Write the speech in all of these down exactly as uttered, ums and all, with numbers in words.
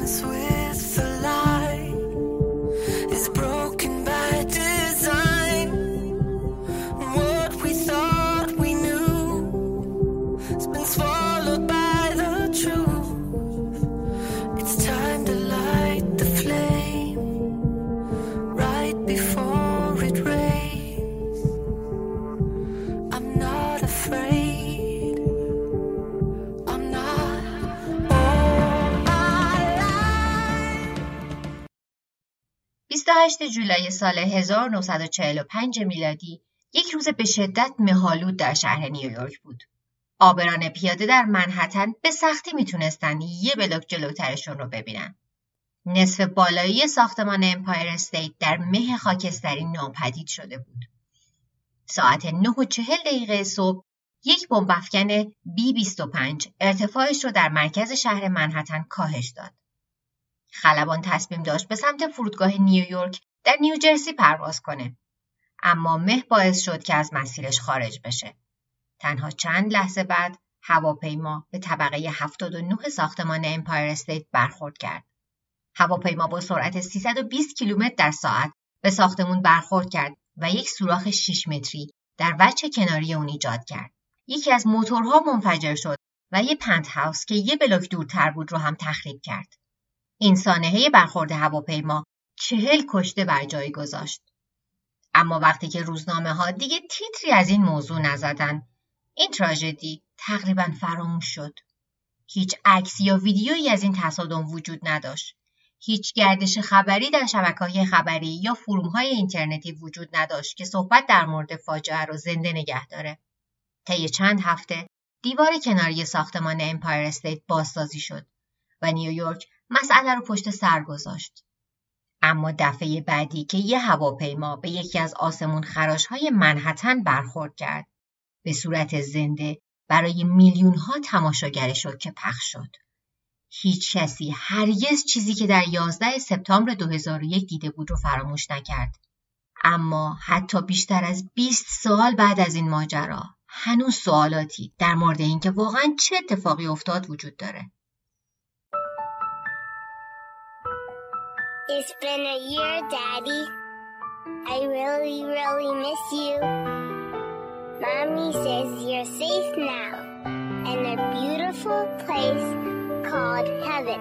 dance with the light is broken by design. What we thought we knew has been swallowed by the truth. It's time to light the flame right before it rains. I'm not afraid. I'm not all my life. بیست و هشتم جولای سال هزار و نهصد و چهل و پنج میلادی یک روز به شدت مه‌آلود در شهر نیویورک بود. عابران پیاده در منهتن به سختی میتونستن یه بلاک جلوترشون رو ببینن. نصف بالایی ساختمان امپایر استیت در مه خاکستری ناپدید شده بود. ساعت نه و چهل دقیقه صبح یک بمب افکن بی بیست و پنج ارتفاعش رو در مرکز شهر منهتن کاهش داد. خلبان تصمیم داشت به سمت فرودگاه نیویورک در نیوجرسی پرواز کنه. اما مه باعث شد که از مسیرش خارج بشه. تنها چند لحظه بعد هواپیما به طبقه هفتاد و نه ساختمان امپایر استیت برخورد کرد. هواپیما با سرعت سیصد و بیست کیلومتر در ساعت به ساختمون برخورد کرد و یک سوراخ شش متری در وجه کناری اون ایجاد کرد. یکی از موتورها منفجر شد و یک پنت هاوس که یک بلاک دورتر بود رو هم تخریب کرد. این سانحه برخورد هواپیما چهل کشته بر جای گذاشت. اما وقتی که روزنامه ها دیگه تیتری از این موضوع نزدن، این تراژدی تقریباً فراموش شد. هیچ عکس یا ویدیویی از این تصادم وجود نداشت. هیچ گردش خبری در شبکه‌های خبری یا فروم‌های اینترنتی وجود نداشت که صحبت در مورد فاجعه رو زنده نگه داره. طی چند هفته دیوار کناری ساختمان امپایر استیت بازسازی شد و نیویورک مسئله رو پشت سر گذاشت. اما دفعه بعدی که یه هواپیما به یکی از آسمون خراش‌های منهتن برخورد کرد، به صورت زنده برای میلیون‌ها تماشاگر شوکه پخش شد. هیچ کسی هرگز چیزی که در یازده سپتامبر دو هزار و یک دیده بود رو فراموش نکرد. اما حتی بیشتر از بیست سال بعد از این ماجرا، هنوز سوالاتی در مورد اینکه واقعاً چه اتفاقی افتاد وجود داره. It's been a year, Daddy. I really, really miss you. Mommy says you're safe now in a beautiful place called heaven.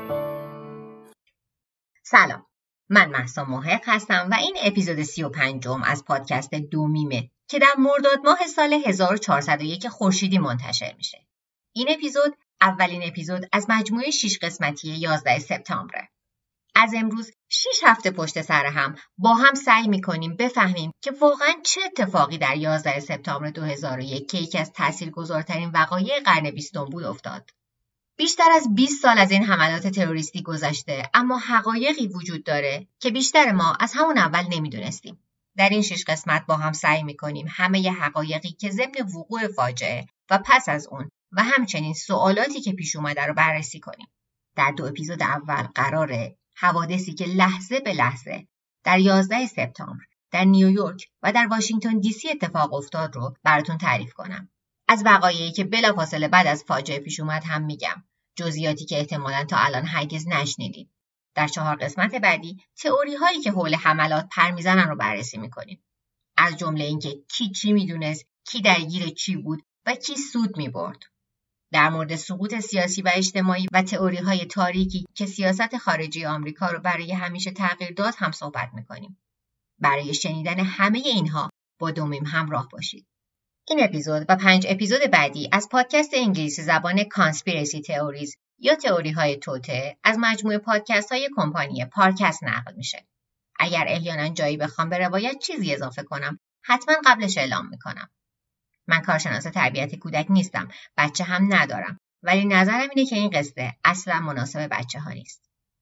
سلام. من مهسا محق هستم و این اپیزود سی و پنجم از پادکست دومیمه که در مرداد ماه سال هزار و چهارصد و یک خورشیدی منتشر میشه. این اپیزود اولین اپیزود از مجموعه شش قسمتی یازده سپتامبره. از امروز شش هفته پشت سر هم با هم سعی میکنیم بفهمیم که واقعاً چه اتفاقی در یازده سپتامبر دو هزار و یک که یکی از تاثیرگذارترین وقایع قرن بیستم بود افتاد. بیشتر از بیست سال از این حملات تروریستی گذشته، اما حقایقی وجود داره که بیشتر ما از همون اول نمیدونستیم. در این شش قسمت با هم سعی میکنیم همه ی حقایقی که ضمن وقوع فاجعه و پس از اون و همچنین سوالاتی که پیش اومده رو بررسی کنیم. در دو اپیزود اول قراره حوادثی که لحظه به لحظه در یازده سپتامبر در نیویورک و در واشنگتن دی سی اتفاق افتاد رو براتون تعریف کنم. از وقایعی که بلافاصله بعد از فاجعه پیش اومد هم میگم. جزئیاتی که احتمالاً تا الان هرگز نشنیدید. در چهار قسمت بعدی تئوری هایی که حول حملات پر میزنن رو بررسی میکنیم. از جمله اینکه کی چی میدونست، کی درگیر چی بود و کی سود میبرد. در مورد سقوط سیاسی و اجتماعی و تئوری‌های تاریکی که سیاست خارجی آمریکا رو برای همیشه تغییر داد هم صحبت می‌کنیم. برای شنیدن همه اینها با دومیم همراه باشید. این اپیزود و پنج اپیزود بعدی از پادکست انگلیسی زبان کانسپیرسی تئوریز یا تئوری‌های توطئه از مجموعه پادکست‌های کمپانی پارکست نقل میشه. اگر احیانا جایی بخوام به روایت چیزی اضافه کنم، حتما قبلش اعلام می‌کنم. من کارشناس تربیت کودک نیستم، بچه هم ندارم، ولی نظرم اینه که این قصه اصلا مناسب بچه ها نیست.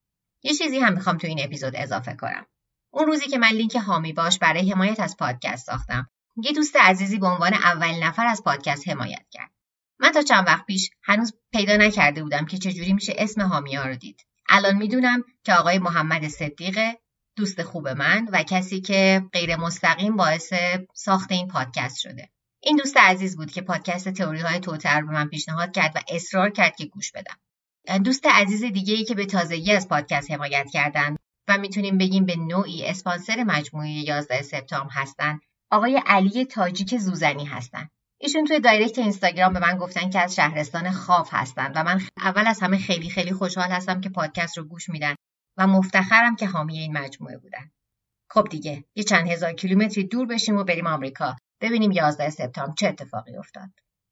یه چیزی هم میخوام تو این اپیزود اضافه کنم. اون روزی که من لینک حامی باش برای حمایت از پادکست ساختم، یه دوست عزیزی به عنوان اولین نفر از پادکست حمایت کرد. من تا چند وقت پیش هنوز پیدا نکرده بودم که چجوری میشه اسم حامی‌ها رو دید. الان میدونم که آقای محمد صدیقه، دوست خوب من و کسی که غیر مستقیم باعث ساخت این پادکست شده. این دوست عزیز بود که پادکست تئوری‌های توطئه رو به من پیشنهاد کرد و اصرار کرد که گوش بدم. دوست عزیز دیگه‌ای که به تازگی از پادکست حمایت کردن و میتونیم بگیم به نوعی اسپانسر مجموعه یازده سپتامبر هستن، آقای علی تاجیک زوزنی هستن. ایشون توی دایرکت اینستاگرام به من گفتن که از شهرستان خاف هستن و من اول از همه خیلی خیلی خوشحال هستم که پادکست رو گوش میدن و مفتخرم که حامی این مجموعه بودن. خب دیگه یه چند هزار کیلومتری دور بشیم و بریم آمریکا ببینیم یازده سپتامبر چه اتفاقی افتاد.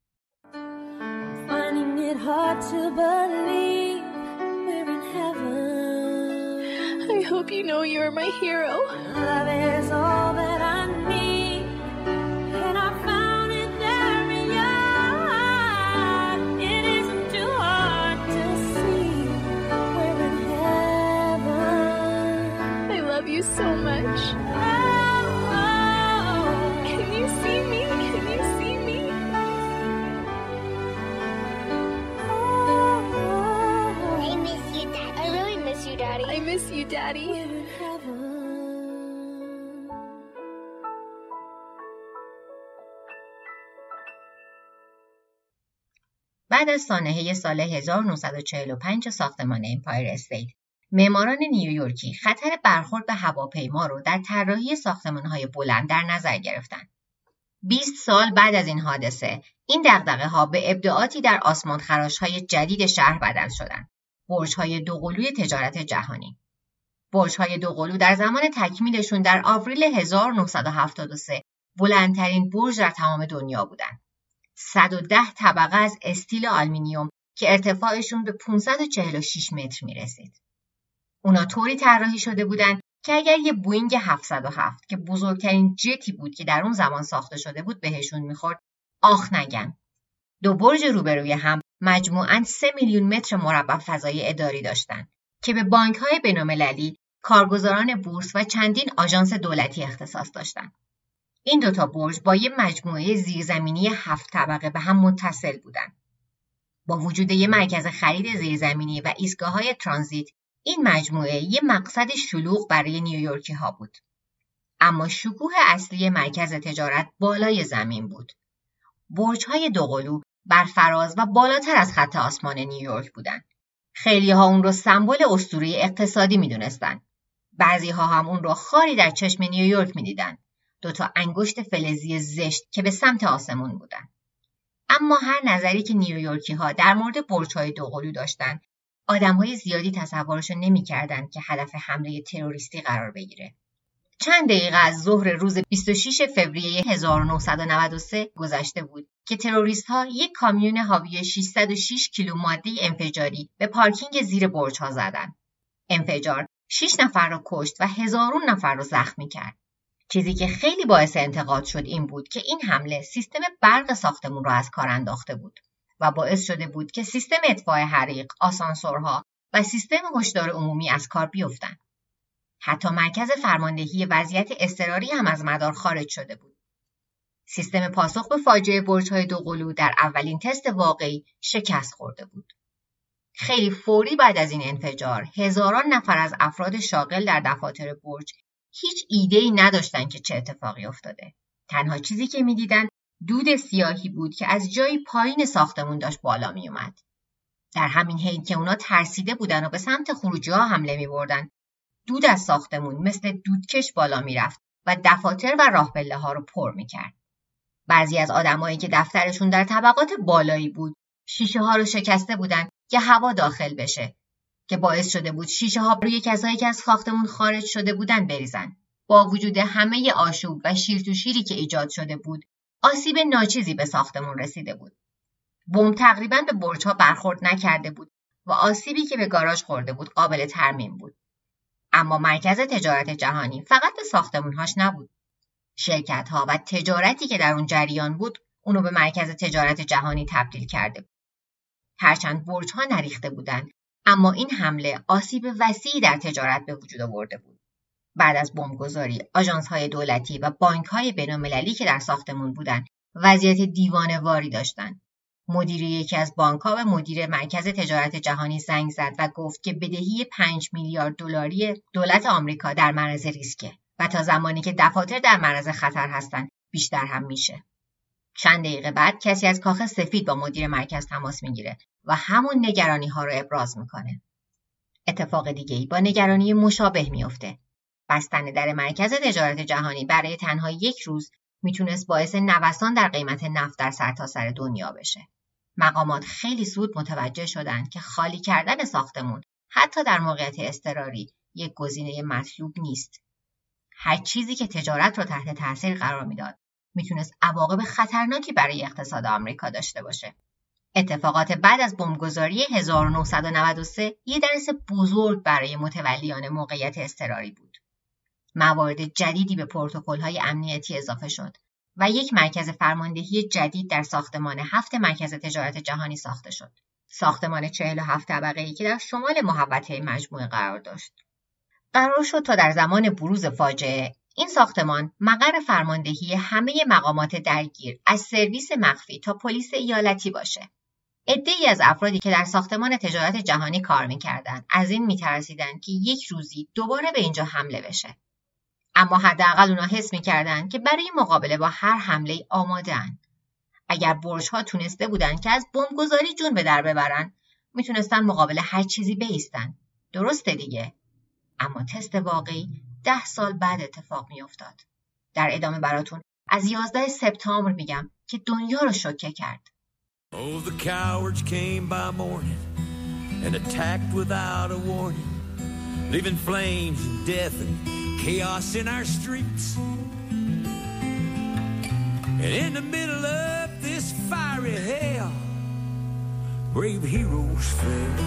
I hope you know you're my hero. Love is all that I need, and I found it there in your heart. It isn't too hard to see we're in heaven. I love you so much. Oh, oh, can you see me? Can you see me? Oh, oh, I miss you, Daddy. I really miss you, Daddy. I miss you, Daddy. بعد از سانحه سال هزار و نهصد و چهل و پنج ساختمان امپایر استیت، معماران نیویورکی خطر برخورد به هواپیما رو در طراحی ساختمان‌های بلند در نظر گرفتند. بیست سال بعد از این حادثه، این دغدغه‌ها به ابداعاتی در آسمانخراش‌های جدید شهر بدل شدند. برج‌های دوقلوی تجارت جهانی. برج‌های دوقلو در زمان تکمیلشون در آوریل هزار و نهصد و هفتاد و سه بلندترین برج در تمام دنیا بودند. صد و ده طبقه از استیل آلومینیوم که ارتفاعشون به پانصد و چهل و شش متر می رسید. اونا طوری طراحی شده بودند که اگر یه بوینگ هفتصد و هفت که بزرگترین جتی بود که در اون زمان ساخته شده بود بهشون میخورد، آخ نگن. دو برج روبروی هم مجموعاً سه میلیون متر مربع فضای اداری داشتند که به بانک‌های بین‌المللی، کارگزاران بورس و چندین آژانس دولتی اختصاص داشتند. این دوتا برج با یه مجموعه زیرزمینی هفت طبقه به هم متصل بودند. با وجود یه مرکز خرید زیرزمینی و ایستگاه‌های ترانزیت، این مجموعه یه مقصد شلوغ برای نیویورکی ها بود. اما شکوه اصلی مرکز تجارت بالای زمین بود. برج‌های دوقلو بر فراز و بالاتر از خط آسمان نیویورک بودند. خیلی ها اون رو سمبل اسطوره اقتصادی می دونستن. بعضی ها هم اون رو خاری در چشم نیویورک می دیدن. دوتا انگشت فلزی زشت که به سمت آسمون بودن. اما هر نظری که نیویورکی ها در مورد برج‌های دوقلو داشتن، آدم‌های زیادی تصورشو نمی‌کردن که هدف حمله تروریستی قرار بگیره. چند دقیقه از ظهر روز بیست و شش فوریه هزار و نهصد و نود و سه گذشته بود که تروریست‌ها یک کامیون حاوی ششصد و شش کیلو ماده انفجاری به پارکینگ زیر برج‌ها زدند. انفجار شش نفر را کشت و هزارون نفر را زخمی کرد. چیزی که خیلی باعث انتقاد شد این بود که این حمله سیستم برق ساختمان را از کار انداخته بود و باعث شده بود که سیستم اطفاء حریق، آسانسورها و سیستم هشدار عمومی از کار بیفتند. حتی مرکز فرماندهی وضعیت اضطراری هم از مدار خارج شده بود. سیستم پاسخ به فاجعه برج‌های دوقلو در اولین تست واقعی شکست خورده بود. خیلی فوری بعد از این انفجار، هزاران نفر از افراد شاغل در دفاتر برج هیچ ایده‌ای نداشتن که چه اتفاقی افتاده. تنها چیزی که می‌دیدن دود سیاهی بود که از جایی پایین ساختمون داشت بالا می اومد. در همین حین که اونا ترسیده بودن و به سمت خروجی‌ها حمله می بردن، دود از ساختمون مثل دودکش بالا می رفت و دفاتر و راه پله ها رو پر می کرد. بعضی از آدمایی که دفترشون در طبقات بالایی بود، شیشه ها رو شکسته بودن که هوا داخل بشه، که باعث شده بود شیشه ها روی کسایی که از ساختمون خارج شده بودن بریزن. با وجود همه آشوب و شیر تو شیری که ایجاد شده بود، آسیب ناچیزی به ساختمون رسیده بود. بمب تقریباً به برج‌ها برخورد نکرده بود و آسیبی که به گاراژ خورده بود قابل ترمیم بود. اما مرکز تجارت جهانی فقط به ساختمون‌هاش نبود. شرکت‌ها و تجارتی که در اون جریان بود، اونو به مرکز تجارت جهانی تبدیل کرده بود. هرچند برج‌ها نریخته بودند، اما این حمله آسیب وسیعی در تجارت به وجود آورده بود. بعد از بمبگذاری، آژانس‌های دولتی و بانک‌های بین‌المللی که در ساختمون بودند، وضعیت دیوانه‌واری داشتند. مدیر یکی از بانک‌ها به مدیر مرکز تجارت جهانی زنگ زد و گفت که بدهی پنج میلیارد دلاری دولت آمریکا در معرض ریسکه و تا زمانی که دفاتر در معرض خطر هستند، بیشتر هم میشه. چند دقیقه بعد کسی از کاخ سفید با مدیر مرکز تماس میگیره و همون نگرانی ها رو ابراز میکنه. اتفاق دیگه‌ای با نگرانی مشابه میفته. بستن در مرکز تجارت جهانی برای تنها یک روز میتونست باعث نوسان در قیمت نفت در سرتاسر دنیا بشه. مقامات خیلی زود متوجه شدند که خالی کردن ساختمون حتی در موقعیت اضطراری یک گزینه مطلوب نیست. هر چیزی که تجارت رو تحت تاثیر قرار میداد میتونست عواقب خطرناکی برای اقتصاد آمریکا داشته باشه. اتفاقات بعد از بمبگذاری هزار و نهصد و نود و سه یه درس بزرگ برای متولیان موقعیت اضطراری بود. موارد جدیدی به پروتکل‌های امنیتی اضافه شد و یک مرکز فرماندهی جدید در ساختمان هفت مرکز تجارت جهانی ساخته شد. ساختمان چهل و هفت طبقه‌ای که در شمال محوطه مجموعه قرار داشت. قرار شد تا در زمان بروز فاجعه این ساختمان مقر فرماندهی همه مقامات درگیر از سرویس مخفی تا پلیس ایالتی باشه. عده‌ای از افرادی که در ساختمان تجارت جهانی کار می‌کردند از این می‌ترسیدند که یک روزی دوباره به اینجا حمله بشه. اما حداقل اونا حس می‌کردند که برای مقابله با هر حمله آماده‌اند. اگر برج‌ها تونسته بودند که از بمبگذاری جون به در ببرن، میتونستن مقابل هر چیزی بایستن. درسته دیگه. اما تست واقعی ده سال بعد اتفاق میافتاد. در ادامه براتون از یازده سپتامبر میگم که دنیا رو شوکه کرد. Oh, the cowards came by morning and attacked without a warning, leaving flames and death and chaos in our streets. And in the middle of this fiery hell, brave heroes fell.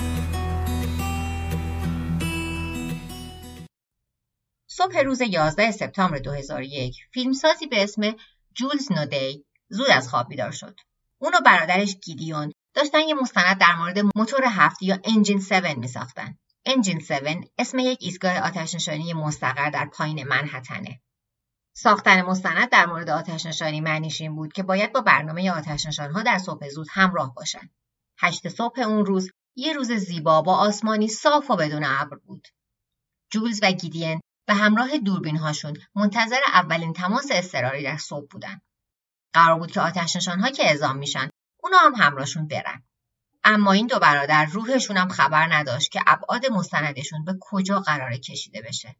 صبح روز یازده سپتامبر دو هزار و یک فیلمسازی به اسم جولز نودی زود از خواب بیدار شد. اون و برادرش گیدیون داشتن یه مستند در مورد موتور هفت یا انجین هفت می ساختن. انجین هفت اسم یک ایستگاه آتش‌نشانی مستقر در پایین منهتنه. ساختن مستند در مورد آتش‌نشانی معنیش این بود که باید با برنامه آتش‌نشان‌ها در صبح زود همراه باشن. هشت صبح اون روز یه روز زیبا با آسمانی صاف و بدون ابر بود. جولز و گیدیون به همراه دوربین‌هاشون منتظر اولین تماس اضطراری در صبح بودن. قرار بود که آتش‌نشان‌ها که اعزام میشن اونا هم همراهشون برن. اما این دو برادر روحشون هم خبر نداشت که ابعاد مستندشون به کجا قراره کشیده بشه.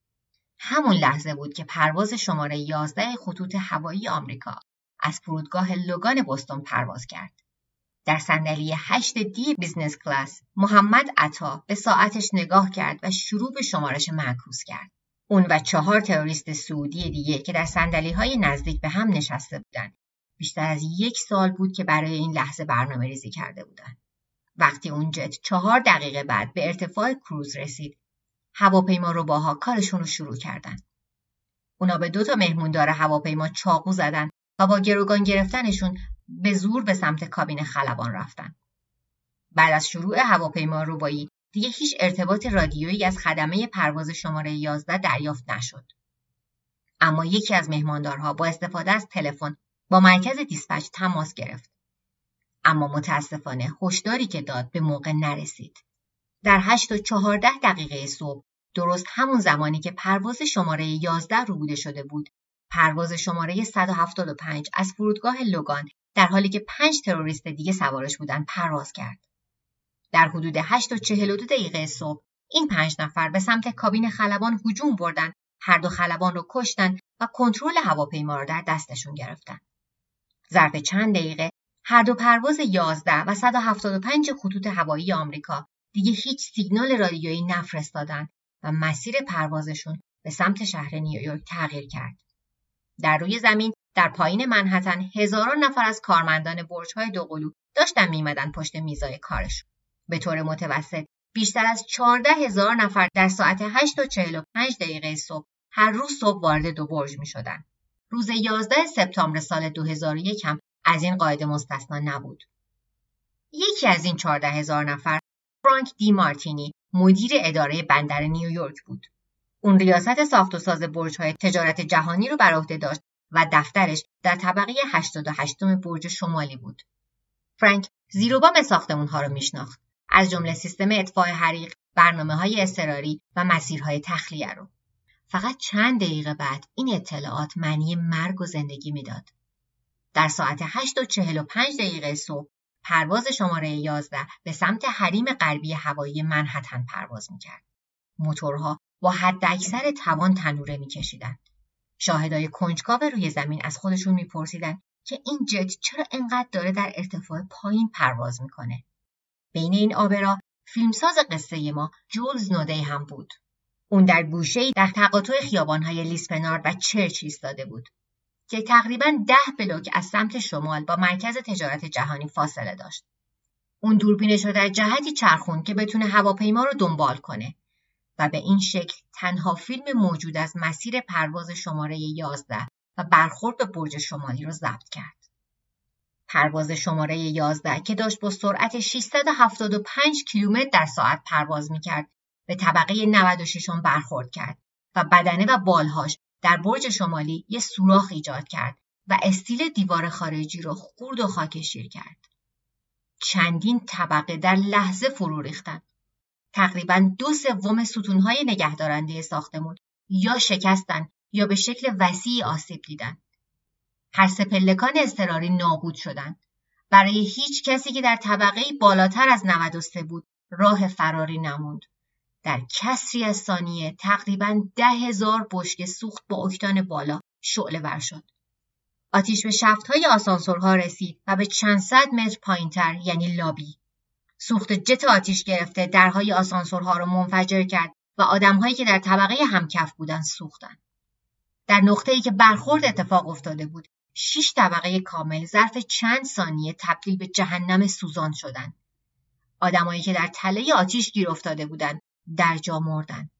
همون لحظه بود که پرواز شماره یازده خطوط هوایی آمریکا از فرودگاه لوگان بوستون پرواز کرد. در صندلی هشت دی بیزنس کلاس محمد عطا به ساعتش نگاه کرد و شروع به شمارش معکوس کرد. اون و چهار تروریست سعودی دیگه که در صندلی‌های نزدیک به هم نشسته بودند. بیشتر از یک سال بود که برای این لحظه برنامه ریزی کرده بودند. وقتی اون جت چهار دقیقه بعد به ارتفاع کروز رسید، هواپیما روباها کارشون رو شروع کردن. اونا به دو تا مهموندار هواپیما چاقو زدن و با گروگان گرفتنشون به زور به سمت کابین خلبان رفتن. بعد از شروع هواپیما روبایی دیگه هیچ ارتباط رادیویی از خدمه پرواز شماره یازده دریافت نشد. اما یکی از مهماندارها با استفاده از تلفن با مرکز دیسپچ تماس گرفت. اما متاسفانه هشداری که داد به موقع نرسید. در هشت و چهارده دقیقه صبح، درست همون زمانی که پرواز شماره یازده ربوده شده بود، پرواز شماره صد و هفتاد و پنج از فرودگاه لوگان در حالی که پنج تروریست دیگه سوارش بودن پرواز کرد. در حدود هشت و چهل و دو دقیقه صبح این پنج نفر به سمت کابین خلبان هجوم بردن، هر دو خلبان رو کشتن و کنترل هواپیما رو در دستشون گرفتن. ظرف چند دقیقه هر دو پرواز یازده و صد و هفتاد و پنج خطوط هوایی آمریکا دیگه هیچ سیگنال رادیویی نفرستادن و مسیر پروازشون به سمت شهر نیویورک تغییر کرد. در روی زمین در پایین منهتن هزاران نفر از کارمندان برج‌های دوقلو داشتن می‌آمدن پشت میزای کارشون. به طور متوسط بیشتر از چهارده هزار نفر در ساعت هشت و چهل و پنج دقیقه صبح هر روز صبح وارد دو برج می‌شدند. روز یازده سپتامبر سال دو هزار و یک هم از این قاعده مستثنا نبود. یکی از این چهارده هزار نفر فرانک دی مارتینی مدیر اداره بندر نیویورک بود. اون ریاست ساخت و ساز برج‌های تجارت جهانی رو بر عهده داشت و دفترش در طبقه هشتاد و هشتم برج شمالی بود. فرانک زیر و بم ساختمان‌ها رو میشناخت، از جمله سیستم اطفاء حریق، برنامه‌های اضطراری و مسیرهای تخلیه رو. فقط چند دقیقه بعد این اطلاعات معنی مرگ و زندگی میداد. در ساعت هشت و چهل و پنج دقیقه صبح پرواز شماره یازده به سمت حریم غربی هوایی منهتن پرواز می‌کرد. موتورها با حداکثر توان تنوره می‌کشیدند. شاهدای کنجکاو روی زمین از خودشون می‌پرسیدند که این جت چرا انقدر داره در ارتفاع پایین پرواز می‌کنه. بین این آبرا فیلمساز قصه ما جولز نودی هم بود. اون در گوشه‌ای در تقاطع خیابان‌های لیسپنارد و چرچ ایستاده بود که تقریباً ده بلوک از سمت شمال با مرکز تجارت جهانی فاصله داشت. اون دوربینش رو در جهتی چرخوند که بتونه هواپیما رو دنبال کنه و به این شکل تنها فیلم موجود از مسیر پرواز شماره یازده و برخورد به برج شمالی رو ضبط کرد. پرواز شماره یازده که داشت با سرعت ششصد و هفتاد و پنج کیلومتر در ساعت پرواز می‌کرد، به طبقه نود و شش برخورد کرد و بدنه و بالهاش در برج شمالی یه سوراخ ایجاد کرد و استیل دیوار خارجی رو خورد و خاکشیر کرد. چندین طبقه در لحظه فرو ریختند. تقریباً دو سوم ستون‌های نگهدارنده ساختمان یا شکستن یا به شکل وسیعی آسیب دیدن. هر سه پلکان اضطراری نابود شدند. برای هیچ کسی که در طبقه بالاتر از نود و سه بود راه فراری نموند. در کسری از ثانیه تقریباً ده هزار بشکه سوخت با اکتان بالا شعله ور شد. آتیش به شفت‌های آسانسورها رسید و به چند صد متر پایین‌تر یعنی لابی. سوخت جت آتیش گرفته درهای آسانسورها را منفجر کرد و آدم‌هایی که در طبقه همکف بودند سوختند. در نقطه‌ای که برخورد اتفاق افتاده بود، شش طبقه کامل ظرف چند ثانیه تبدیل به جهنم سوزان شدند. آدمایی که در تله آتیش گیر افتاده بودند در جا مردند.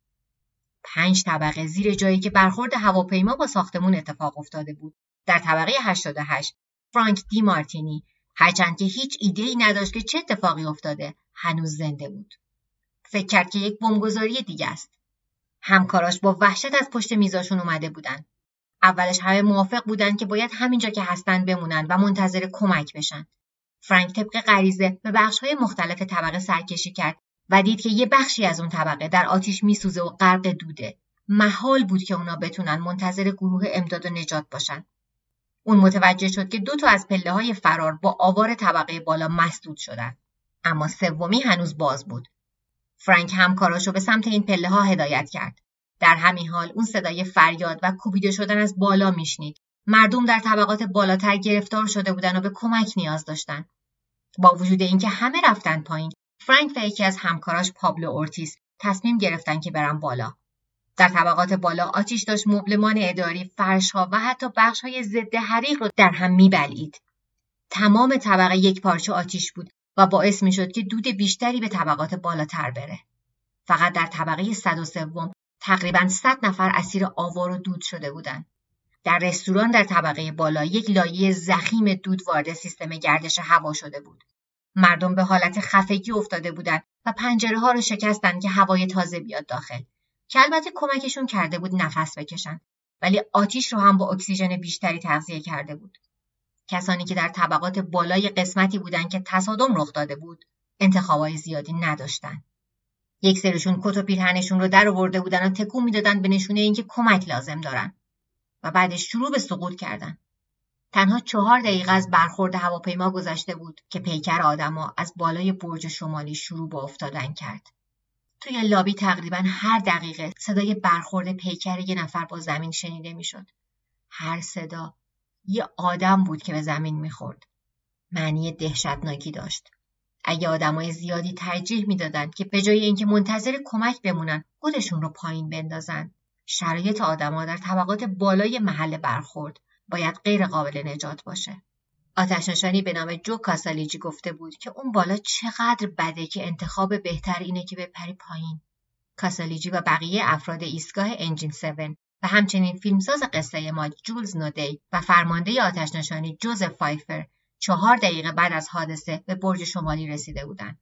پنج طبقه زیر جایی که برخورد هواپیما با ساختمون اتفاق افتاده بود، در طبقه هشتاد و هشت، فرانک دی مارتینی، هرچند که هیچ ایده‌ای نداشت که چه اتفاقی افتاده، هنوز زنده بود. فکر کرد که یک بمبگذاری دیگه است. همکاراش با وحشت از پشت میزاشون اومده بودن. اولش همه موافق بودن که باید همینجا که هستن بمونن و منتظر کمک بشن. فرانک طبق غریزه به بخش‌های مختلف طبقه سرکشی کرد و دید که یه بخشی از اون طبقه در آتیش میسوزه و غرق دوده. محال بود که اونا بتونن منتظر گروه امداد و نجات باشن. اون متوجه شد که دو تا از پله‌های فرار با آوار طبقه بالا مسدود شدن، اما سومی هنوز باز بود. فرانک همکاراشو به سمت این پله‌ها هدایت کرد. در همین حال اون صدای فریاد و کوبیده شدن از بالا میشنید. مردم در طبقات بالاتر گرفتار شده بودن و به کمک نیاز داشتن. با وجود اینکه همه رفتن پایین، فرانک و یکی از همکاراش پابلو اورتیس تصمیم گرفتن که برن بالا. در طبقات بالا آتیش داشت مبلمان اداری، فرش‌ها و حتی بخش‌های ضد حریق رو در هم می‌بلعید. تمام طبقه یک پارچه آتیش بود و باعث می‌شد که دود بیشتری به طبقات بالاتر بره. فقط در طبقه صد و سه تقریباً صد نفر اسیر آوار و دود شده بودند. در رستوران در طبقه بالا یک لایه ضخیم دود وارد سیستم گردش هوا شده بود. مردم به حالت خفگی افتاده بودند و پنجره‌ها رو شکستن که هوای تازه بیاد داخل. که البته کمکشون کرده بود نفس بکشن، ولی آتیش رو هم با اکسیژن بیشتری تغذیه کرده بود. کسانی که در طبقات بالای قسمتی بودن که تصادم رخ داده بود، انتخابای زیادی نداشتن. یک سریشون کت و پیرهنشون رو در آورده بودن و تکون میدادن به نشونه اینکه کمک لازم دارن و بعدش شروع به سقوط کردن. تنها چهار دقیقه از برخورد هواپیما گذشته بود که پیکر آدما از بالای برج شمالی شروع به افتادن کرد. توی لابی تقریباً هر دقیقه صدای برخورد پیکر یه نفر با زمین شنیده میشد. هر صدا یه آدم بود که به زمین میخورد. معنی دهشتناکی داشت. اگه آدمای زیادی ترجیح میدادن که به جای اینکه منتظر کمک بمونن خودشون رو پایین بندازن، شرایط آدما در طبقات بالای محل برخورد باید غیر قابل نجات باشه. آتش‌نشانی به نام جو کاسالیجی گفته بود که اون بالا چقدر بده که انتخاب بهتر اینه که بپری پایین. کاسالیجی و بقیه افراد ایستگاه انجین هفت و همچنین فیلمساز قصه ما جولز نودی و فرمانده آتش‌نشانی جوزف فایفر چهار دقیقه بعد از حادثه به برج شمالی رسیده بودند.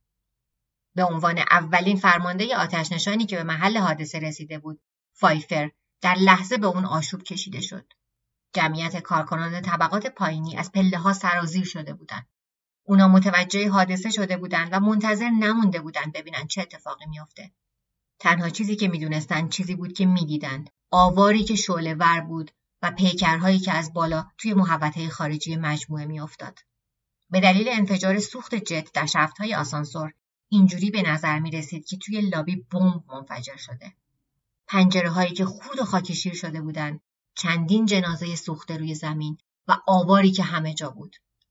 به عنوان اولین فرمانده آتش‌نشانی که به محل حادثه رسیده بود، فایفر در لحظه به اون آشوب کشیده شد. جمعیت کارکنان طبقات پایینی از پله‌ها سرازیر شده بودند. اونا متوجه حادثه شده بودند و منتظر نمونده بودند ببینن چه اتفاقی میفته. تنها چیزی که میدونستن چیزی بود که میدیدند. آواری که شعله‌ور بود و پیکرهایی که از بالا توی محوطه خارجی مجموعه میافتاد. به دلیل انفجار سوخت جت در شفت‌های آسانسور اینجوری به نظر می رسید که توی لابی بمب منفجر شده. پنجره‌هایی که خورد و خاکشیر شده بودن، چندین جنازه سوخته روی زمین و آواری که همه جا بود.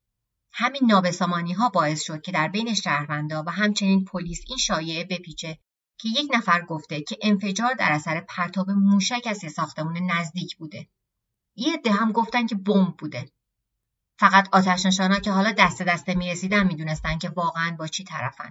همین نابسامانی‌ها باعث شد که در بین شهروندا و همچنین پلیس این شایعه بپیچه که یک نفر گفته که انفجار در اثر پرتاب موشک از ساختمان نزدیک بوده. یه عده هم گفتن که بمب بوده. فقط آتش‌نشان‌ها که حالا دست دسته می‌رسیدن می‌دونستن که واقعاً با چی طرفن.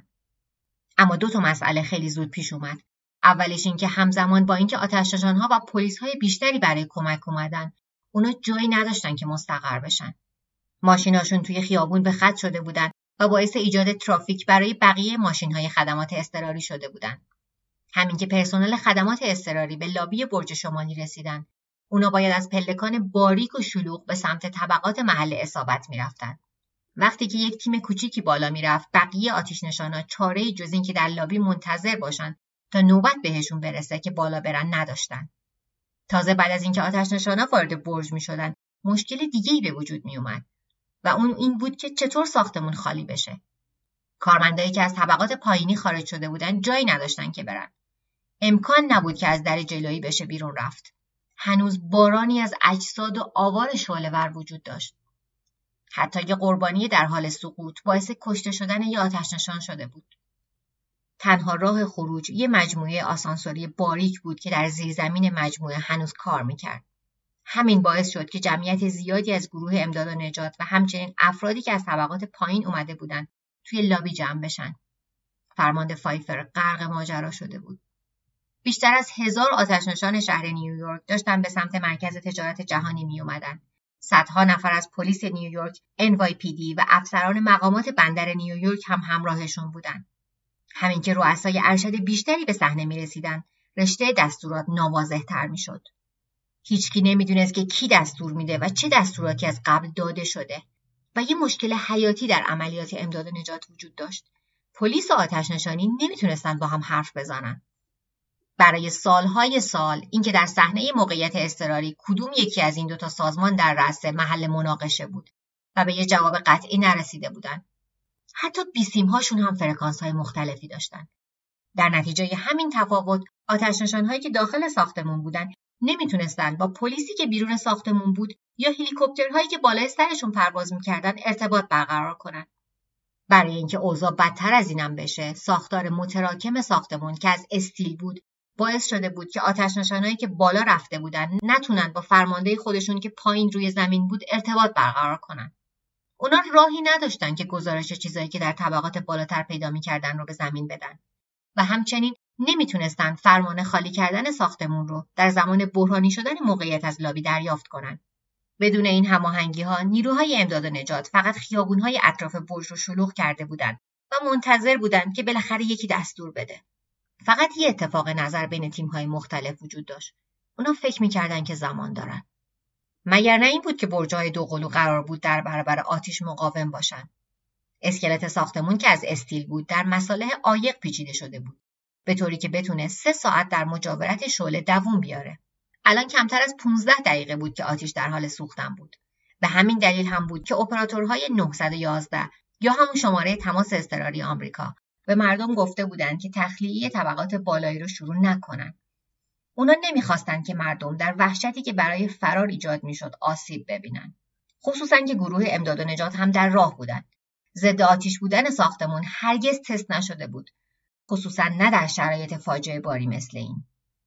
اما دو تا مسئله خیلی زود پیش اومد. اولش این که همزمان با اینکه آتش‌نشان‌ها و پلیس‌های بیشتری برای کمک اومدن، اونا جایی نداشتن که مستقر بشن. ماشیناشون توی خیابون به خط شده بودن و باعث ایجاد ترافیک برای بقیه ماشین‌های خدمات اضطراری شده بودن. همین که پرسنل خدمات اضطراری به لابی برج شمالی رسیدن، اونا باید از پلکان باریک و شلوغ به سمت طبقات محل اصابت می‌رفتن. وقتی که یک تیم کوچیکی بالا میرفت، بقیه آتش‌نشانا چاره‌ای جز این که در لابی منتظر باشن تا نوبت بهشون برسه که بالا برن نداشتن. تازه بعد از اینکه آتش‌نشانا وارد برج می‌شدن، مشکل دیگه‌ای به وجود می‌اومد و اون این بود که چطور ساختمون خالی بشه. کارمندایی که از طبقات پایینی خارج شده بودن جایی نداشتن که برن. امکان نبود که از در جلویی بشه بیرون رفت. هنوز بارانی از اجساد و آوار شعله‌ور وجود داشت. حتی یه قربانی در حال سقوط باعث کشته شدن یه آتش‌نشان شده بود. تنها راه خروج یه مجموعه آسانسوری باریک بود که در زیرزمین مجموعه هنوز کار میکرد. همین باعث شد که جمعیت زیادی از گروه امداد و نجات و همچنین افرادی که از طبقات پایین اومده بودن توی لابی جمع بشن. فرمانده فایفر غرق ماجرا شده بود. بیشتر از هزار آتش‌نشان شهر نیویورک داشتن به سمت مرکز تجارت جهانی می اومدن. صدها نفر از پلیس نیویورک، ان وای پی دی و افسران مقامات بندر نیویورک هم همراهشون بودن. همین که رؤسای ارشد بیشتری به صحنه می رسیدن، رشته دستورات ناواضح تر می شد. هیچکی نمیدونست که کی دستور میده و چه دستوراتی از قبل داده شده و یه مشکل حیاتی در عملیات امداد و نجات وجود داشت. پلیس و آتش‌نشانی نمیتونستن با هم حرف بزنن. برای سالهای سال اینکه در صحنه موقعیت اضطراری کدوم یکی از این دوتا سازمان در رأس محل مناقشه بود و به یه جواب قطعی نرسیده بودن. حتی بیسیم‌هاشون هم فرکانس‌های مختلفی داشتن. در نتیجه همین تفاوت، آتش‌نشان‌هایی که داخل ساختمون بودن نمیتونستن با پلیسی که بیرون ساختمون بود یا هلیکوپترهایی که بالای سرشون پرواز میکردن ارتباط برقرار کنن. برای اینکه اوضاع بدتر از اینم بشه، ساختار متراکم ساختمون که از استیل بود باعث شده بود که آتش‌نشانایی که بالا رفته بودن نتونن با فرمانده خودشون که پایین روی زمین بود ارتباط برقرار کنن. اونا راهی نداشتن که گزارش چیزایی که در طبقات بالاتر پیدا می‌کردن رو به زمین بدن و همچنین نمیتونستن فرمان خالی کردن ساختمون رو در زمان بحرانی شدن موقعیت از لابی دریافت کنن. بدون این هماهنگی‌ها نیروهای امداد و نجات فقط خیابون‌های اطراف برج رو شلوغ کرده بودن و منتظر بودن که بالاخره یکی دستور بده. فقط یه اتفاق نظر بین تیم‌های مختلف وجود داشت. اونا فکر می‌کردن که زمان دارن. مگر نه این بود که برج‌های دوقلو قرار بود در برابر آتش مقاوم باشن. اسکلت ساختمون که از استیل بود در مصالح عایق پیچیده شده بود، به طوری که بتونه سه ساعت در مجاورت شعله دووم بیاره. الان کمتر از پانزده دقیقه بود که آتش در حال سوختن بود. به همین دلیل هم بود که اپراتورهای نهصد و یازده یا همون شماره تماس اضطراری آمریکا به مردم گفته بودند که تخلیه طبقات بالایی رو شروع نکنن. اونا نمیخواستن که مردم در وحشتی که برای فرار ایجاد میشد آسیب ببینن. خصوصا که گروه امداد و نجات هم در راه بودن. ضد آتش بودن ساختمون هرگز تست نشده بود. خصوصا نه در شرایط فاجعه باری مثل این.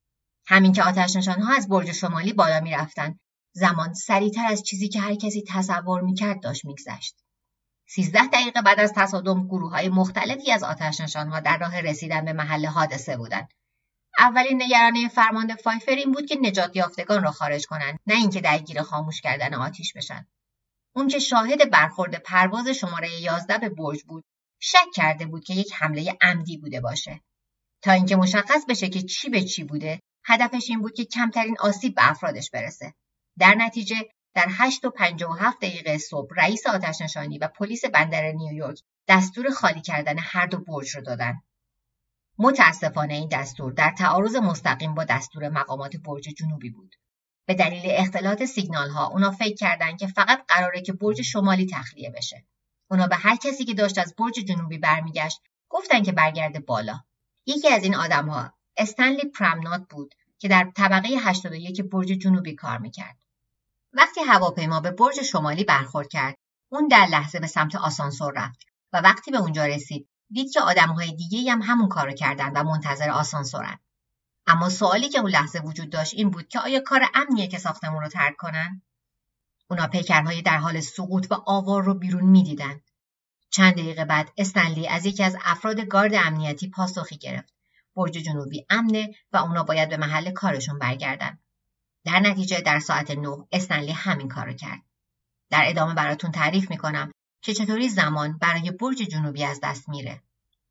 همین که آتش‌نشان‌ها از برج شمالی بالا می‌رفتن، زمان سریعتر از چیزی که هر کسی تصور می‌کرد داشت می‌گذشت. سیزده دقیقه بعد از تصادم، گروه‌های مختلفی از آتش‌نشان‌ها در راه رسیدن به محل حادثه بودند. اولین نگرانی فرمانده فایفر این بود که نجات یافتگان را خارج کنند، نه اینکه درگیر خاموش کردن آتش بشن. اون که شاهد برخورد پرواز شماره یازده به برج بود، شک کرده بود که یک حمله عمدی بوده باشه. تا اینکه مشخص بشه که چی به چی بوده، هدفش این بود که کمترین آسیب به افرادش برسه. در نتیجه در هشت و پنجاه و هفت دقیقه صبح رئیس آتش‌نشانی و پلیس بندر نیویورک دستور خالی کردن هر دو برج رو دادن. متاسفانه این دستور در تعارض مستقیم با دستور مقامات برج جنوبی بود. به دلیل اختلاط سیگنال ها اونا فکر کردن که فقط قراره که برج شمالی تخلیه بشه. اونا به هر کسی که داشت از برج جنوبی برمیگشت گفتن که برگرده بالا. یکی از این آدم ها استنلی پرامنات بود که در طبقه هشتاد و یک برج جنوبی کار میکرد. وقتی هواپیما به برج شمالی برخورد کرد، اون در لحظه به سمت آسانسور رفت و وقتی به اونجا رسید، دید که آدم‌های دیگه‌ای هم همون کارو کردن و منتظر آسانسورن. اما سوالی که اون لحظه وجود داشت این بود که آیا کار امنیه که ساختمون رو ترک کنن؟ اونا پیکرهای در حال سقوط و آوار رو بیرون می‌دیدن. چند دقیقه بعد استنلی از یکی از افراد گارد امنیتی پاسخی گرفت. برج جنوبی امنه و اونا باید به محل کارشون برگردن. در نتیجه در ساعت نه استنلی همین کارو کرد. در ادامه براتون تعریف میکنم که چطوری زمان برای برج جنوبی از دست میره.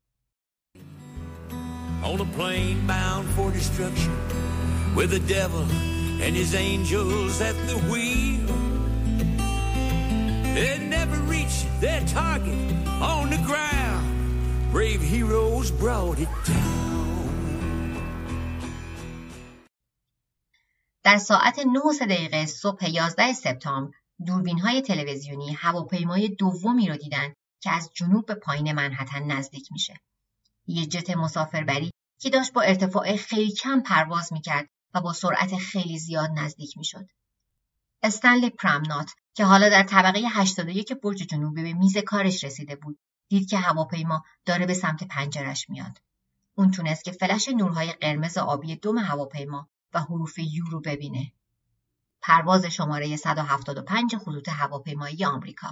On a plane bound for destruction with the devil and his angels at the wheel. They never reached their target on the ground. Brave heroes brought it down. در ساعت نه و سه دقیقه صبح یازده سپتامبر دوربین‌های تلویزیونی هواپیمای دومی رو دیدن که از جنوب به پایین منهتن نزدیک میشه. یه جت مسافربری که داشت با ارتفاع خیلی کم پرواز میکرد و با سرعت خیلی زیاد نزدیک میشد. استنلی پرامنات که حالا در طبقه هشتاد و یک برج جنوبی به میز کارش رسیده بود، دید که هواپیما داره به سمت پنجرش میاد. اون تونست که فلش نورهای قرمز آبی دم هواپیما و حروف یو رو ببینه. پرواز شماره صد و هفتاد و پنج خطوط هواپیمایی آمریکا.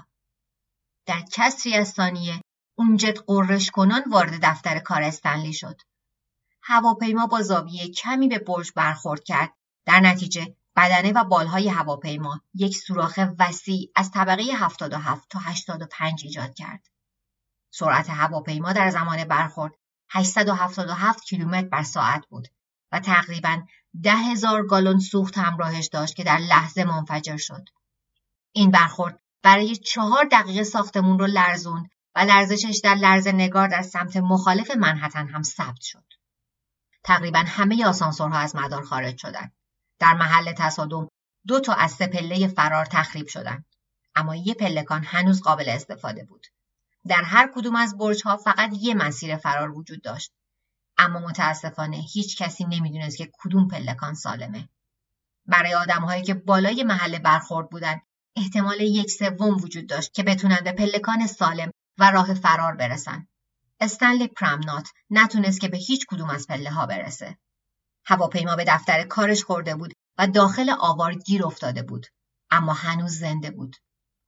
در کسری از ثانیه اون جت قررش کنان وارد دفتر کار استنلی شد. هواپیما با زاویه کمی به برج برخورد کرد. در نتیجه بدنه و بالهای هواپیما یک سوراخ وسیع از طبقه هفتاد و هفت تا هشتاد و پنج ایجاد کرد. سرعت هواپیما در زمان برخورد هشتصد و هفتاد و هفت کیلومتر بر ساعت بود و تقریباً ده هزار گالون سوخت همراهش داشت که در لحظه منفجر شد. این برخورد برای چهار دقیقه ساختمون رو لرزوند و لرزشش در لرزه نگار در سمت مخالف منهتن هم ثبت شد. تقریباً همه آسانسورها از مدار خارج شدند. در محل تصادم دو تا از سه پله فرار تخریب شدند، اما یک پلکان هنوز قابل استفاده بود. در هر کدوم از برج‌ها فقط یک مسیر فرار وجود داشت، اما متاسفانه هیچ کسی نمیدونست که کدوم پلکان سالمه. برای آدم‌هایی که بالای محل برخورد بودن، احتمال یک سوم وجود داشت که بتونن به پلکان سالم و راه فرار برسن. استنلی پرامنات نتونست که به هیچ کدوم از پله ها برسه. هواپیما به دفتر کارش خورده بود و داخل آوار گیر افتاده بود، اما هنوز زنده بود.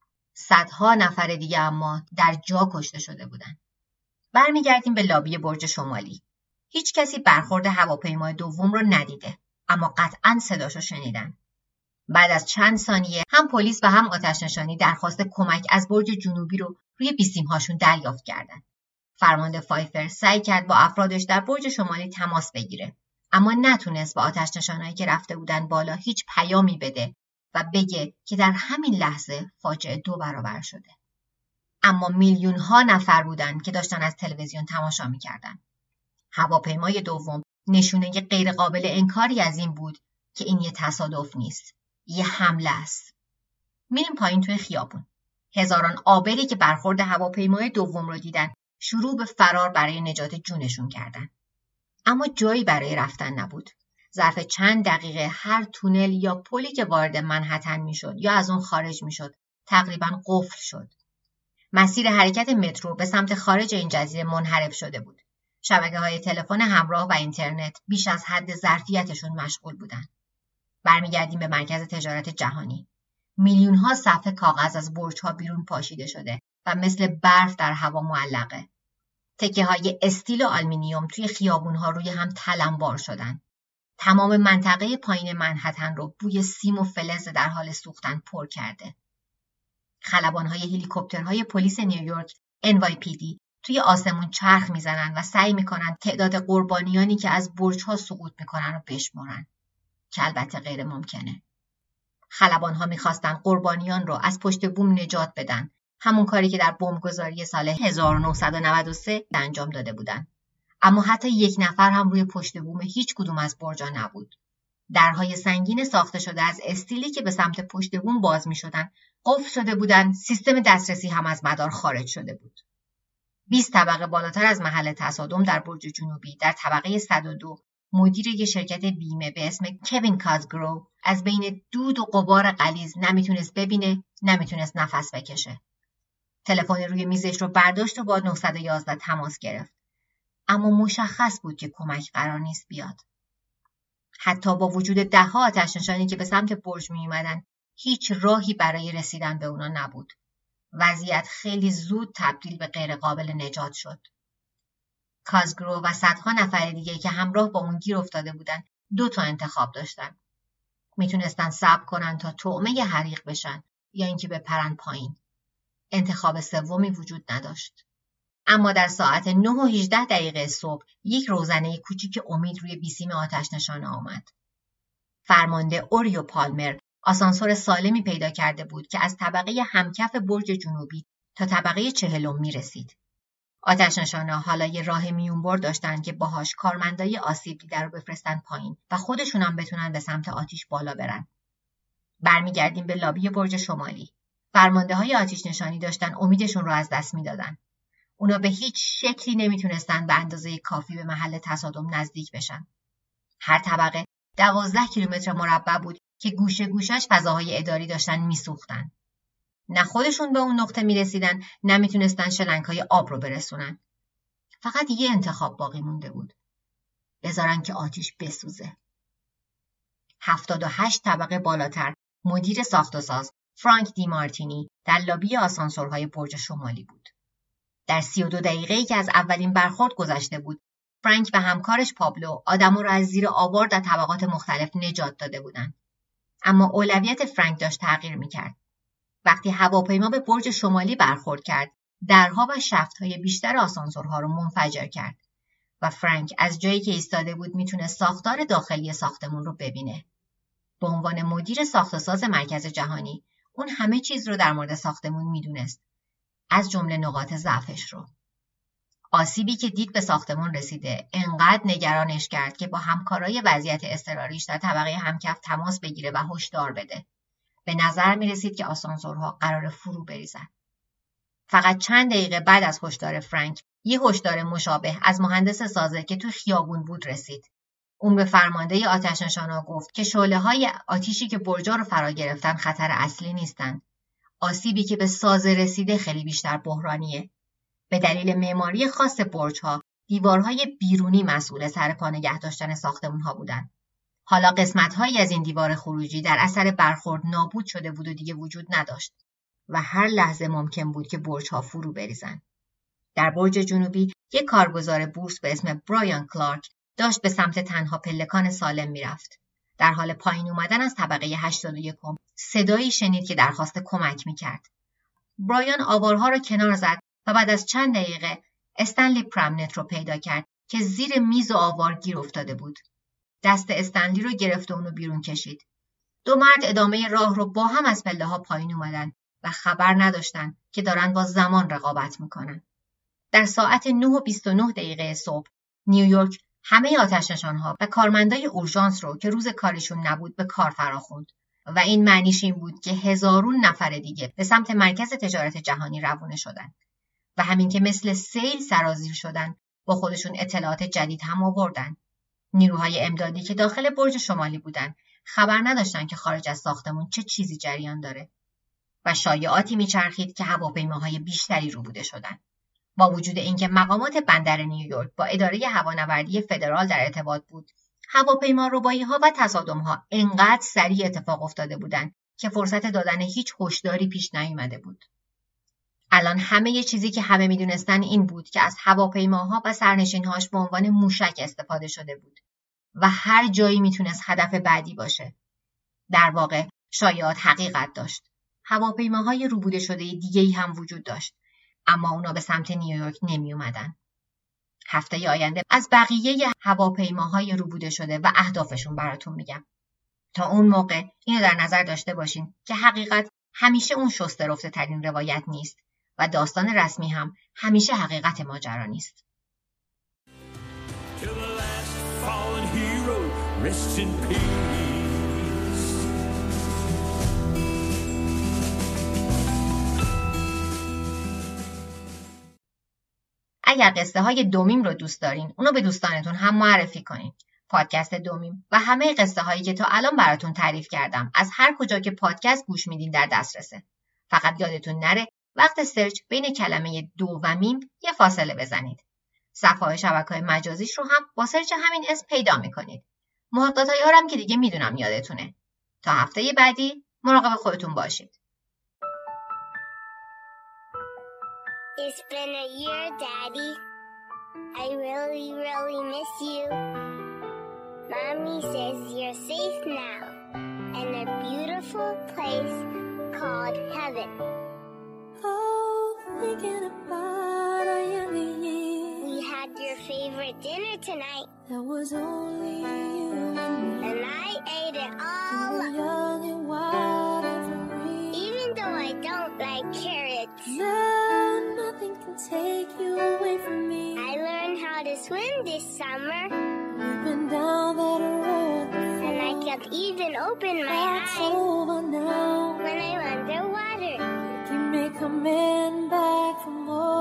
صدها نفر دیگه اما در جا کشته شده بودن. برمیگردیم به لابی برج شمالی. هیچ کسی برخورد هواپیمای دوم رو ندیده، اما قطعاً صداشو شنیدن. بعد از چند ثانیه هم پلیس و هم آتش نشانی درخواست کمک از برج جنوبی رو روی بیسیم هاشون دریافت کردن. فرمانده فایفر سعی کرد با افرادش در برج شمالی تماس بگیره، اما نتونست با آتش نشانایی که رفته بودن بالا هیچ پیامی بده و بگه که در همین لحظه فاجعه دو برابر شده. اما میلیون ها نفر بودن که داشتن از تلویزیون تماشا میکردن. هواپیمای دوم نشونه غیر قابل انکاری از این بود که این یه تصادف نیست، یه حمله است. میریم پایین توی خیابون. هزاران عابری که برخورد هواپیمای دوم رو دیدن شروع به فرار برای نجات جونشون کردن. اما جایی برای رفتن نبود. ظرف چند دقیقه هر تونل یا پلی که وارد منهتن میشد یا از اون خارج میشد تقریباً قفل شد. مسیر حرکت مترو به سمت خارج این جزیره منحرف شده بود. شبکه‌های تلفن همراه و اینترنت بیش از حد ظرفیتشون مشغول بودن. برمیگردیم به مرکز تجارت جهانی. میلیون‌ها صفحه کاغذ از برج‌ها بیرون پاشیده شده و مثل برف در هوا معلقه. تکه‌های استیل و آلومینیوم توی خیابون‌ها روی هم تلمبار شدن. تمام منطقه پایین منهتن رو بوی سیم و فلز در حال سوختن پر کرده. خلبان‌های هلیکوپترهای پلیس نیویورک ان وای پی دی توی آسمون چرخ میزنن و سعی میکنن تعداد قربانیانی که از برج‌ها سقوط میکنن رو بشمرن، که البته غیر ممکنه. خلبان‌ها میخواستن قربانیان رو از پشت بوم نجات بدن، همون کاری که در بمبگذاری سال هزار و نهصد و نود و سه انجام داده بودن. اما حتی یک نفر هم روی پشت بوم هیچ کدوم از برج‌ها نبود. درهای سنگین ساخته شده از استیلی که به سمت پشت بوم باز می شدن قفل شده بودند. سیستم دسترسی هم از مدار خارج شده بود. بیست طبقه بالاتر از محل تصادم در برج جنوبی در طبقه صد و دو مدیر یک شرکت بیمه به اسم کوین کازگرو از بین دود و غبار غلیظ نمیتونست ببینه، نمیتونست نفس بکشه. تلفن روی میزش رو برداشت و با نه یک یک تماس گرفت. اما مشخص بود که کمک قرار نیست بیاد. حتی با وجود ده‌ها آتش‌نشانی که به سمت برج می‌آمدند، هیچ راهی برای رسیدن به اونا نبود. وضعیت خیلی زود تبدیل به غیر قابل نجات شد. کازگرو و صدها نفر دیگه که همراه با اون گیر افتاده بودن دو تا انتخاب داشتن. میتونستن صبر کنن تا طعمه حریق بشن یا اینکه بپرن پایین. انتخاب سومی وجود نداشت. اما در ساعت نه و هجده دقیقه صبح یک روزنه کوچیک امید روی بیسیم آتش نشانه آمد. فرمانده اوریو پالمر آسانسور سالمی پیدا کرده بود که از طبقه همکف برج جنوبی تا طبقه چهلم می رسید. آتش نشانه حالا یه راه میونبر داشتن که باهاش کارمندای آسیب دیده رو بفرستن پایین و خودشون هم بتونن به سمت آتش بالا برن. برمیگردیم به لابی برج شمالی. فرمانده های آتش نشانی داشتن امیدشون رو از دست میدادن. اونا به هیچ شکلی نمیتونستن به اندازه کافی به محل تصادم نزدیک بشن. هر طبقه دوازده کیلومتر مربع بود که گوشه گوشش فضاهای اداری داشتن میسوختن. نه خودشون به اون نقطه میرسیدن، نه میتونستن شلنگ‌های آب رو برسونن. فقط یه انتخاب باقی مونده بود. بذارن که آتیش بسوزه. هفتاد و هشت طبقه بالاتر مدیر ساخت و ساز فرانک دی مارتینی در لابی آسانسورهای برج شمالی بود. در سی و دو دقیقه‌ای که از اولین برخورد گذشته بود، فرانک و همکارش پابلو آدمو رو از زیر آوار در طبقات مختلف نجات داده بودند. اما اولویت فرانک داشت تغییر می‌کرد. وقتی هواپیما به برج شمالی برخورد کرد، درها و شفت‌های بیشتر آسانسورها رو منفجر کرد و فرانک از جایی که ایستاده بود میتونه ساختار داخلی ساختمون رو ببینه. به عنوان مدیر ساخت و ساز مرکز جهانی، اون همه چیز رو در مورد ساختمون میدونست، از جمله نقاط ضعفش رو. آسیبی که دید به ساختمون رسیده انقدر نگرانش کرد که با همکارای وضعیت اضطراریش در طبقه همکف تماس بگیره و هشدار بده. به نظر می رسید که آسانسورها قرار فرو بریزن. فقط چند دقیقه بعد از هشدار فرانک، یه هشدار مشابه از مهندس سازه که تو خیابون بود رسید. اون به فرمانده آتش نشانا گفت که شعله‌های آتیشی که برجا رو فرا گرفتن خطر اصلی نیستن. آسیبی که به سازه رسیده خیلی بیشتر بحرانیه. به دلیل معماری خاص برج‌ها، دیوارهای بیرونی مسئول سر پا نگه داشتن ساختمان‌ها بودن. حالا قسمت‌هایی از این دیوار خروجی در اثر برخورد نابود شده بود و دیگه وجود نداشت و هر لحظه ممکن بود که برج‌ها فرو بریزن. در برج جنوبی یک کارگزار بورس به اسم برایان کلارک داشت به سمت تنها پلکان سالم میرفت. در حال پایین اومدن از طبقه هشتاد و یک صدایی شنید که درخواست کمک میکرد. برایان آوارها را کنار زد و بعد از چند دقیقه استنلی پرامنت رو پیدا کرد که زیر میز و آوار گیر افتاده بود. دست استنلی رو گرفت و اونو بیرون کشید. دو مرد ادامه راه رو با هم از پله ها پایین اومدن و خبر نداشتن که دارن با زمان رقابت میکنن. در ساعت نه و بیست و نه دقیقه صبح نیویورک همه آتش‌نشان‌ها و کارمندای اورژانس رو که روز کارشون نبود به کار فراخوند و این معنیش این بود که هزارون نفر دیگه به سمت مرکز تجارت جهانی روونه شدن و همین که مثل سیل سرازیر شدن با خودشون اطلاعات جدید هم آوردن. نیروهای امدادی که داخل برج شمالی بودن خبر نداشتن که خارج از ساختمون چه چیزی جریان داره و شایعاتی میچرخید که هواپیماهای بیشتری روبوده شدن. با وجود اینکه مقامات بندر نیویورک با اداره هوانوردی فدرال در ارتباط بود، هواپیما ربایی‌ها و تصادم‌ها انقدر سریع اتفاق افتاده بودند که فرصت دادن هیچ هشداری پیش نیامده بود. الان همه ی چیزی که همه میدونستن این بود که از هواپیماها و سرنشین‌هاش به عنوان موشک استفاده شده بود و هر جایی میتونست هدف بعدی باشه. در واقع شایعات حقیقت داشت. هواپیماهای روبوده شده دیگه‌ای هم وجود داشت، اما اونا به سمت نیویورک نمی اومدن. هفته آینده از بقیه هواپیماهای روبوده شده و اهدافشون براتون میگم. تا اون موقع اینو در نظر داشته باشین که حقیقت همیشه اون شسته رفته ترین روایت نیست و داستان رسمی هم همیشه حقیقت ماجرا نیست. Rest in peace. اگر قصه های دومیم رو دوست دارین، اونو به دوستانتون هم معرفی کنین. پادکست دومیم و همه قصه هایی که تا الان براتون تعریف کردم از هر کجا که پادکست گوش میدین در دسترسه. فقط یادتون نره وقت سرچ بین کلمه دو و میم یه فاصله بزنید. صفحه شبکه‌های مجازیش رو هم با سرچ همین اسم پیدا میکنید. محققات یارم که دیگه میدونم یادتونه. تا هفته بعدی مراقب خودتون باشید. It's been a year, Daddy. I really, really miss you. Mommy says you're safe now in a beautiful place called heaven. Oh, thinking about our younger years. We had your favorite dinner tonight, There was only you and me. and I ate it all We were up. young and wild and free. Even though I don't like carrots, Now nothing can take you away from me. I learned how to swim this summer, We've been down that road before. and I can even open my That's eyes over now. when I'm underwater. You may come in back for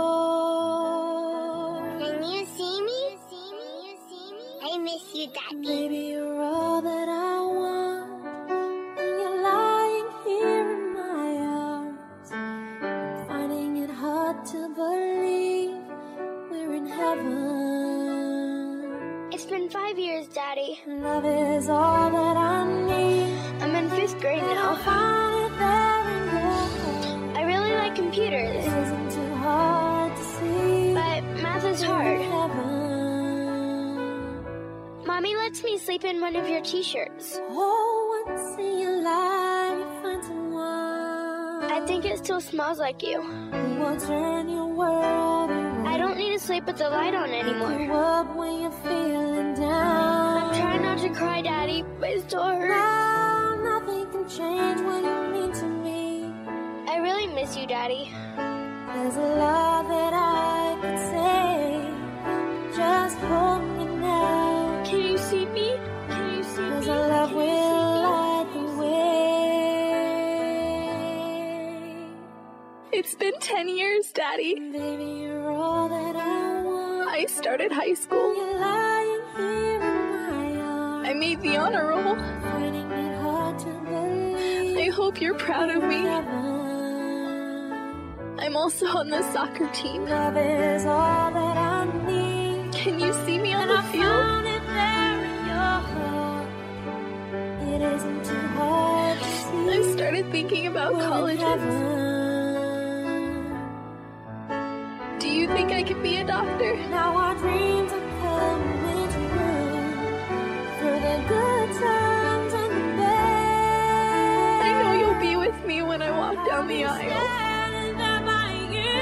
more. Can you see me? Can you see me? I miss you, Daddy. Baby, you're all that I want. When you're lying here in my arms, I'm finding it hard to believe we're in heaven. It's been five years, Daddy. Love is all that I need. I'm in fifth grade And I'll now. find it there in your heart. I really like computers, It isn't too hard to see. but math is We're hard. in heaven. Mommy lets me sleep in one of your t-shirts. Oh, once in your life you find someone. I think it still smells like you. Who will turn your world around. I don't need to sleep with the light on Pick anymore. you up when you're feeling down. I'm trying not to cry, Daddy, but it still hurts. Now nothing can change what you mean to me. I really miss you, Daddy. There's a love that I could say. Just hold me now. Can you see me? Can you see me? There's a love Can you see will me? light the way. It's been ten years, Daddy. Baby, you're all that I want. I started high school. You're lying here in my arms. I made the honor roll. Finding it hard to believe. I hope you're proud of me. Heaven. I'm also on the soccer team. Love is all that I need. Can you see me on And the I field? found it there in your heart. It isn't too hard to see. I started thinking about We're in colleges. heaven. Do you think I could be a doctor? Now our dreams are coming true. Through the good times and the bad. I know you'll be with me when I walk down the aisle. Standing there by you.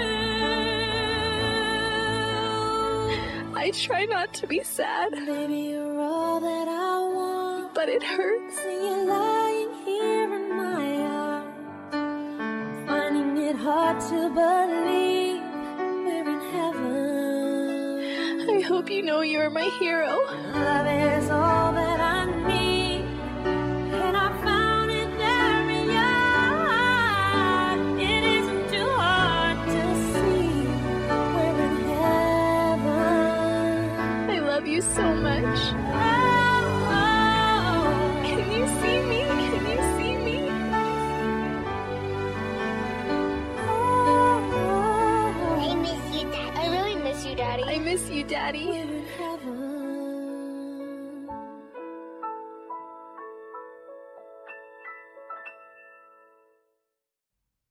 I try not to be sad, Baby, you're all that I want. but it hurts. See you lying here in my arms. Finding it hard to believe we're in heaven. I hope you know you're my hero. Love is all that I need. And I found it there in your heart. It isn't too hard to see. We're in heaven. I love you so much. Oh, oh, Can you see me? Can you see me? oh, oh. I miss you, Daddy. I really miss you, Daddy. I miss you, Daddy.